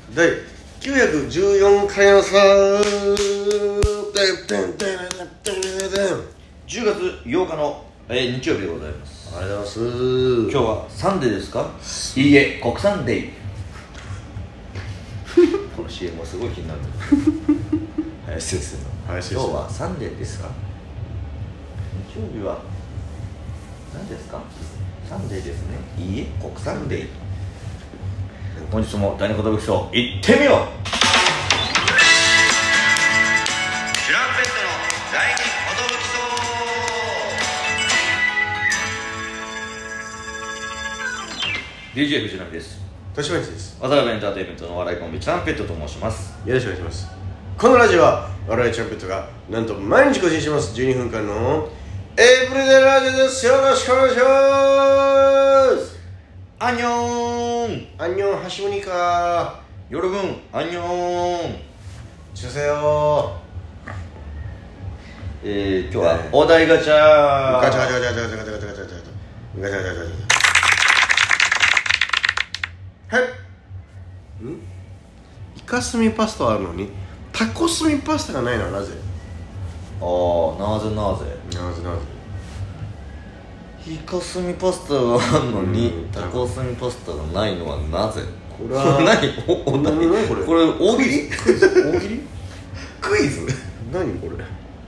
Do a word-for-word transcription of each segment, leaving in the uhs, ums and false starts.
だいきゅうひゃくじゅうよんかいのさじゅうがつようかの、えー、日曜日でございます。 ありがとうございます。 今日はサンデーですか？いいえ、国産デイこの シーエム もすごい気になる林先生の林先生、 今日はサンデーですか？日曜日は何ですか？サンデーですね。いいえ、国産デイ。本日も第二言武器層行ってみよう。チュランペットの第二言武器層。ディージェー 藤波です。 豊島一です。 渡辺エンターテインメントのお笑いコンビチャンペットと申します。 よろしくお願いします。このラジオは我々チャンペットがなんと毎日更新しますじゅうにふんかんのエブリデイラジオです。よろしくお願いします。 アンニョーン。 アンニョンハシムニカヨルブンアンニョーン。 ちゅせよえー、今日はお題ガチャガチャガチャガチャガチャガチャガチャガチャガチャガチャガチャガチャガチャガチャはいんイカスミパスタあるのにタコスミパスタがないのはなぜ？ あー、なぜなぜなぜなぜイカスミパスタがあるのに、 うん、 タコスミパスタがないのはなぜ？ これは何おお題何これこれ大喜利クイズ大喜利クイズ何これ。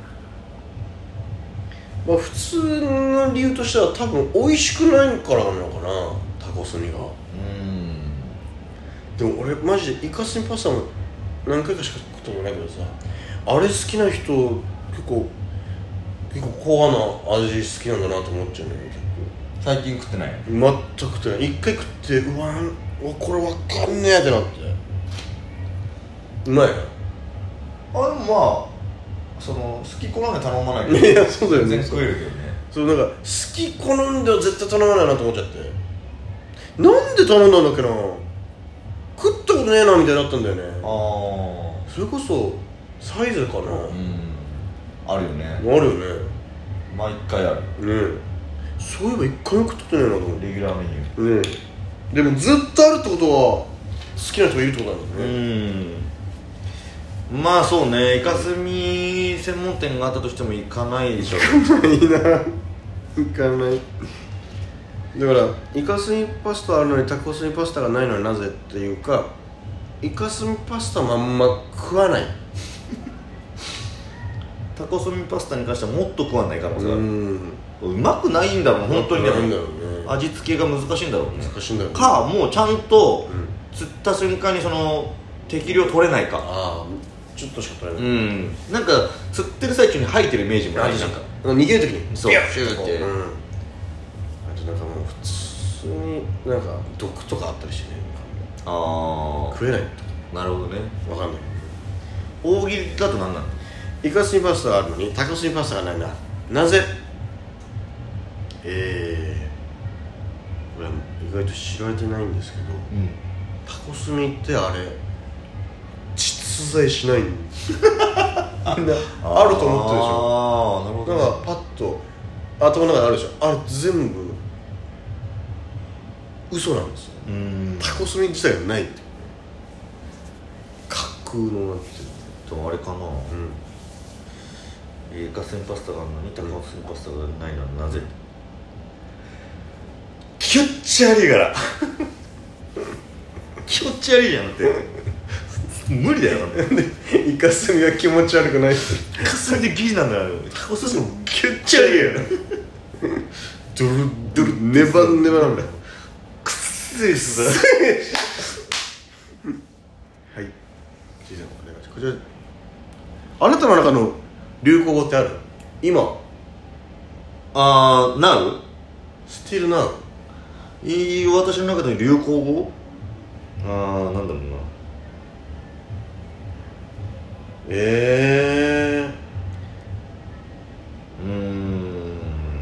まあ普通の理由としては多分美味しくないからなのかな、タコスミが。 うーん。 でも俺マジでイカスミパスタも何回かしか食ったことないけどさ、あれ好きな人結構結構コアな味好きなんだなと思っちゃうね。結最近食ってない？ 構全く食ってない。一回食ってうわんうわこれわかんねえってなって。うまいな。 あ、でもまあその好き好んで頼まないけどいやそうだよね、 全然食えるけどね。 そうなんか好き好んでは絶対頼まないなと思っちゃって、なんで頼んだんだっけな、食ったことねえなみたいになったんだよね。 ああ、 それこそサイズかな、うん、 あるよね。 あるよね。 毎回あるねえ、そういえば一回も食ったことねえなと思って。 レギュラーメニュー。 ねえ、でもずっとあるってことは好きな人がいるってことなんだよね。 うん、まあそうね、イカスミ専門店があったとしても行かないでしょ。 いいな、行かない。だからイカスミパスタあるのにタコスミパスタがないのはなぜっていうか、イカスミパスタまんま食わない。 タコスミパスタに関してはもっと食わない可能性がある。 うん、 うまくないんだろう本当に。でもないんだろうね、 味付けが難しいんだろうね。 難しいんだろうね。 かもうちゃんとうん、 釣った瞬間にその適量取れないか。 ああ、ちょっとしか取れうない。 ん、なんか釣ってる最中に吐いてるイメージもあるじゃんか。 逃げるときにそうビュッシューって、 うん、 あとなんかもう普通になんか毒とかあったりしてね、 ああ、 食えないなるほどね。 わかんない。 大喜利だと何なの？ イカスミパスタがあるのにタコスミパスタがないんだ。なぜ？えー、これは意外と知られてないんですけど、 うん、 タコスミってあれ実在しないんみんなあると思ってるでしょ。 ああ、なるほど、ね、 なんかパッと頭の中にあるでしょ。あれ全部嘘なんですよ。 うん、 タコスミ自体がないって、架空のなってる。 とあれかな、 うん、 イカスミパスタがあるのにタコスミパスタがないのはなぜ？ 気持ち悪いから気持ち悪いじゃん。だって無理だよ。なんでイカスミは気持ち悪くないって。 イカスミでギリなんだよ。タコスミも気持ち悪いよドルドルネバネバなんだよ。 くっせえすだはい、じいさんお願いします。こちらあなたの中の流行語ってある？今あー、なう？ スティルナウ？ いい、私の中で流行語？あー、なんだろうな。 えーうーん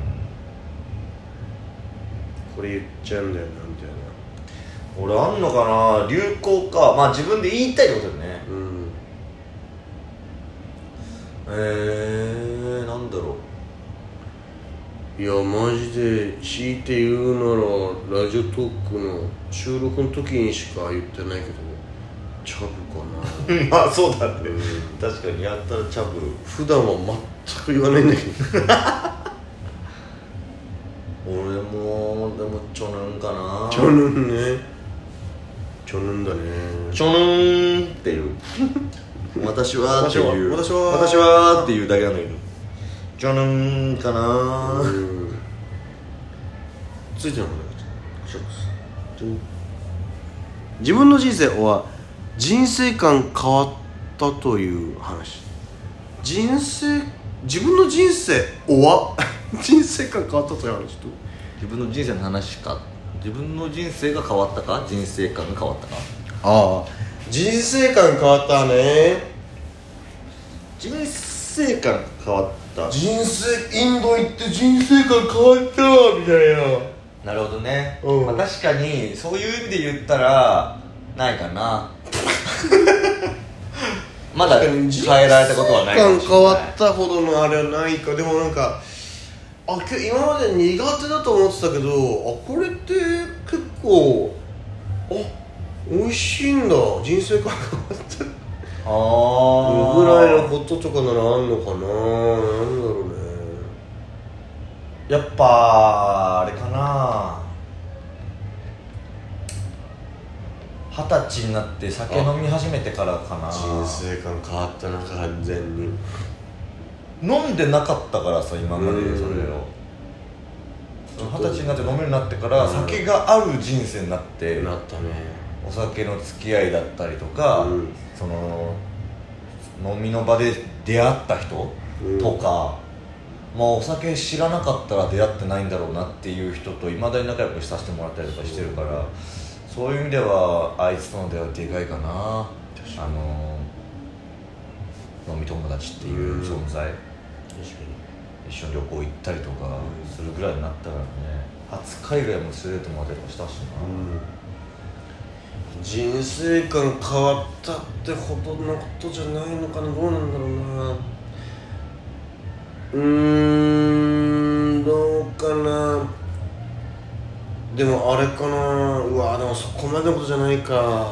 これ言っちゃうんだよなみたいな。 俺あんのかな、流行か。まあ自分で言いたいってことだよね。 うん、 えー、なんだろいやマジで強いて言うならラジオトークの収録の時にしか言ってないけど、 チャブかなまあそうだね、 うん、 確かにやったらチャブル。 普段は全く言わないんだけど俺もでもチョヌンかな。 チョヌンね、チョヌンだね。 チョヌンっていう私はっていう私は私はっていうだけなんだけど、チョヌンかな。 うんついてるのかな。自分の人生は人生観変わったという話。人生自分の人生は人生観変わったという話と自分の人生の話か。自分の人生が変わったか、人生観が変わったか。 ああ人生観変わったね。 人生観変わった。 人生インド行って人生観変わったみたいな。 なるほどね、 うんまあ、確かにそういう意味で言ったらないかなまだ変えられたことはないかもしれない。 人生観変わったほどのあれはないか。でもなんかあ今まで苦手だと思ってたけど、あこれって結構あ美味しいんだ、人生観変わったあーぐらいのこととかならあんのかな。なんだろうね。 やっぱあれかな、二十歳になって酒飲み始めてからかな。 人生観変わったな完全に。 飲んでなかったからさ今までうんそれを二十歳になって飲めるようになってから、 うん酒がある人生になってなったね。 お酒の付き合いだったりとか、 うん、 その飲みの場で出会った人とか、うん、まあお酒知らなかったら出会ってないんだろうなっていう人といまだに仲良くさせてもらったりとかしてるから、そういう意味ではあいつとの出会いはでかいかな。あの飲み友達っていう存在、うん、一緒に旅行行ったりとかするぐらいになったからね。初海外も連れてってもらったりとかしたしな、 うん、人生観変わったってほどのことじゃないのかな。どうなんだろうな。うーんどうかな。でもあれかな。うわでもそこまでのことじゃないか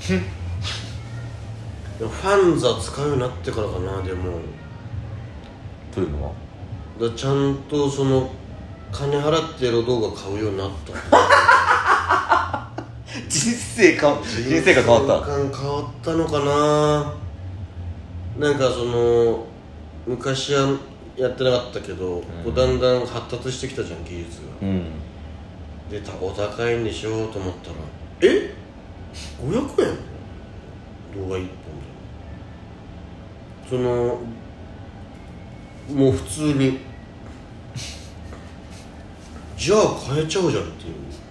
でもファンザ使うようになってからかな。でもというのはだちゃんとその金払ってエロ動画買うようになった人生か人生が変わった人生観変わったのかな。なんかその昔はやってなかったけど、うん、こうだんだん発達してきたじゃん技術が、うん、でお高いんでしょうと思ったらえごひゃくえん動画いっぽんでそのもう普通にじゃあ買えちゃうじゃんって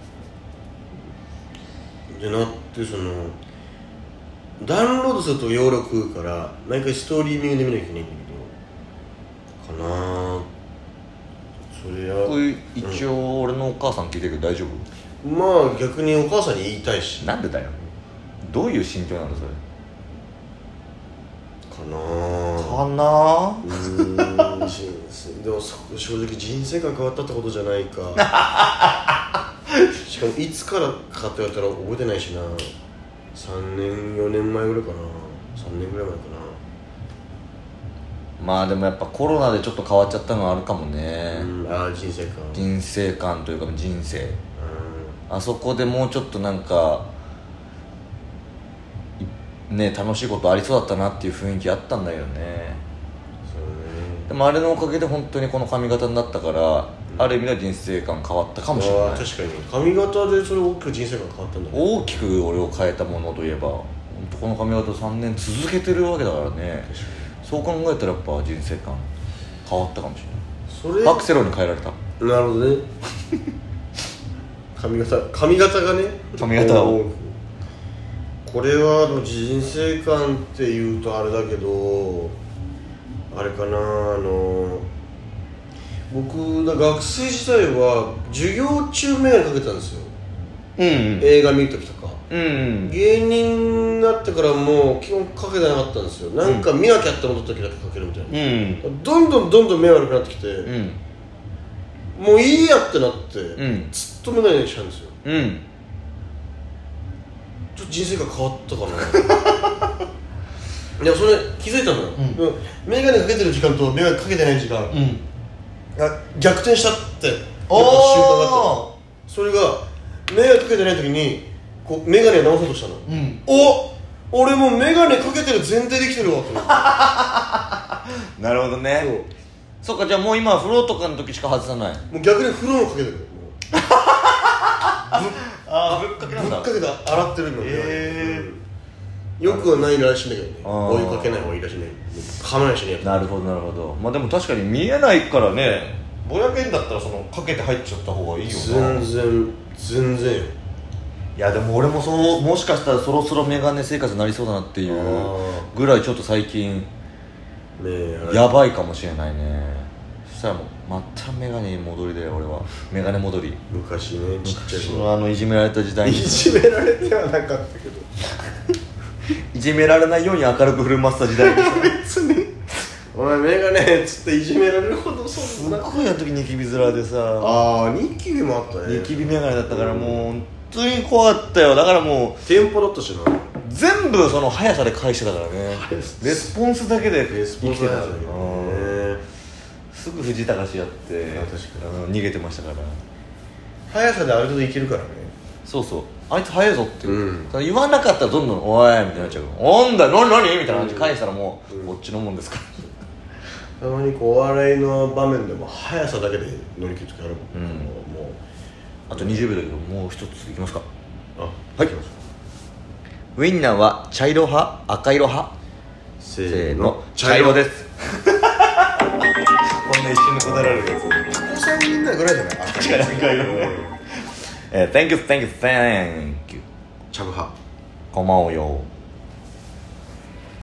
いうでなって、そのダウンロードすると容量食うから毎回ストリーミングで見なきゃいけないんだけどかな。それやこれ一応俺のお母さん聞いてるけど大丈夫？ まあ逆にお母さんに言いたいし。 なんでだよ。どういう心境なんだそれ。 かなぁかなうーん人生でも正直人生が変わったってことじゃないかしかもいつからかって言われたら覚えてないしな。さんねんよねんまえぐらいかな。さんねんぐらい前かな。 まあでもやっぱコロナでちょっと変わっちゃったのはあるかもね。 うんああ人生観人生観というか人生、うん、あそこでもうちょっとなんかね楽しいことありそうだったなっていう雰囲気あったんだけどね。 そうね。 でもあれのおかげで本当にこの髪型になったから、うん、ある意味では人生観変わったかもしれない。 あ確かに髪型でそれ大きく人生観変わったんだね。 大きく俺を変えたものといえば本当この髪型さんねん続けてるわけだからね。そう考えたらやっぱ人生観変わったかもしれない。それバクセロに変えられた。 なるほどね髪型髪型がね髪型をこれは人生観っていうとあれだけどあれかな。あの僕だ学生時代は授業中眼鏡かけてたんですよ、うんうん、映画見るときとか、うんうん、芸人になってからもう基本かけてなかったんですよ。なんか見なきゃって思った時だけかけるみたいな、うん、どんどんどんどん目悪くなってきて、うん、もういいやってなって、うん、ずっと眼鏡にしたんですよ、うん、ちょっと人生が変わったかないやそれ気づいたのよ、 うんでもメガネかけてる時間とメガネかけてない時間、 うん、 が逆転したっておやっぱ瞬間があったの。それがメガネかけてない時にこうメガネを直そうとしたの、うん、お俺もうメガネかけてる前提できてるわと思ってなるほどね。そうそっか、じゃあもう今は風呂とかの時しか外さない。 もう逆に風呂もかけてるあぶっかけなんだ。 ぶっかけて洗ってるので、えー、よくはないらしいんだけどね。追いかけない方がいいらしいね。かまないしね。 なるほどなるほど。まあでも確かに見えないからね、ぼやけんだったらそのかけて入っちゃった方がいいよな。 全然全然よ。 いやでも俺もそう、もしかしたらそろそろメガネ生活になりそうだなっていうぐらいちょっと最近ねやばいかもしれないね。そしたらもうまたメガネに戻りだよ俺は。メガネ戻り。 昔ね、ちっちゃい頃のあのいじめられた時代に。 いじめられてはなかったけどいじめられないように明るく振る舞ってた時代別にお前メガネっつっていじめられるほどそんな。 すっごいあの時ニキビ面でさ。 ああニキビもあったね。 ニキビメガネだったからもう本当に怖かったよ。だからもうテンポだったしな。 全部その速さで返してたからね。レスポンスだけでレスポンスだったね。 すぐ藤高しやって確かに逃げてましたから。 速さである程度いけるからね。 そうそう、あいつ速いぞって、 うん、 言わなかったらどんどんおいみたいになっちゃう。なんだ何何みたいな感じで返したらもう、うん、こっちのもんですからたまにこうお笑いの場面でも速さだけで乗り切る時あるもん、うん、もうあとにじゅうびょうだけどもう一ついきますか。 あ、 はい。ウインナーは茶色派赤色派？せーの、茶色です。こんな一瞬で答えられるやつ。 お子さんみんなぐらいじゃない？ 確かに赤色。えー、Thank you, thank you, thank you。 茶部派。 こんばんはよ。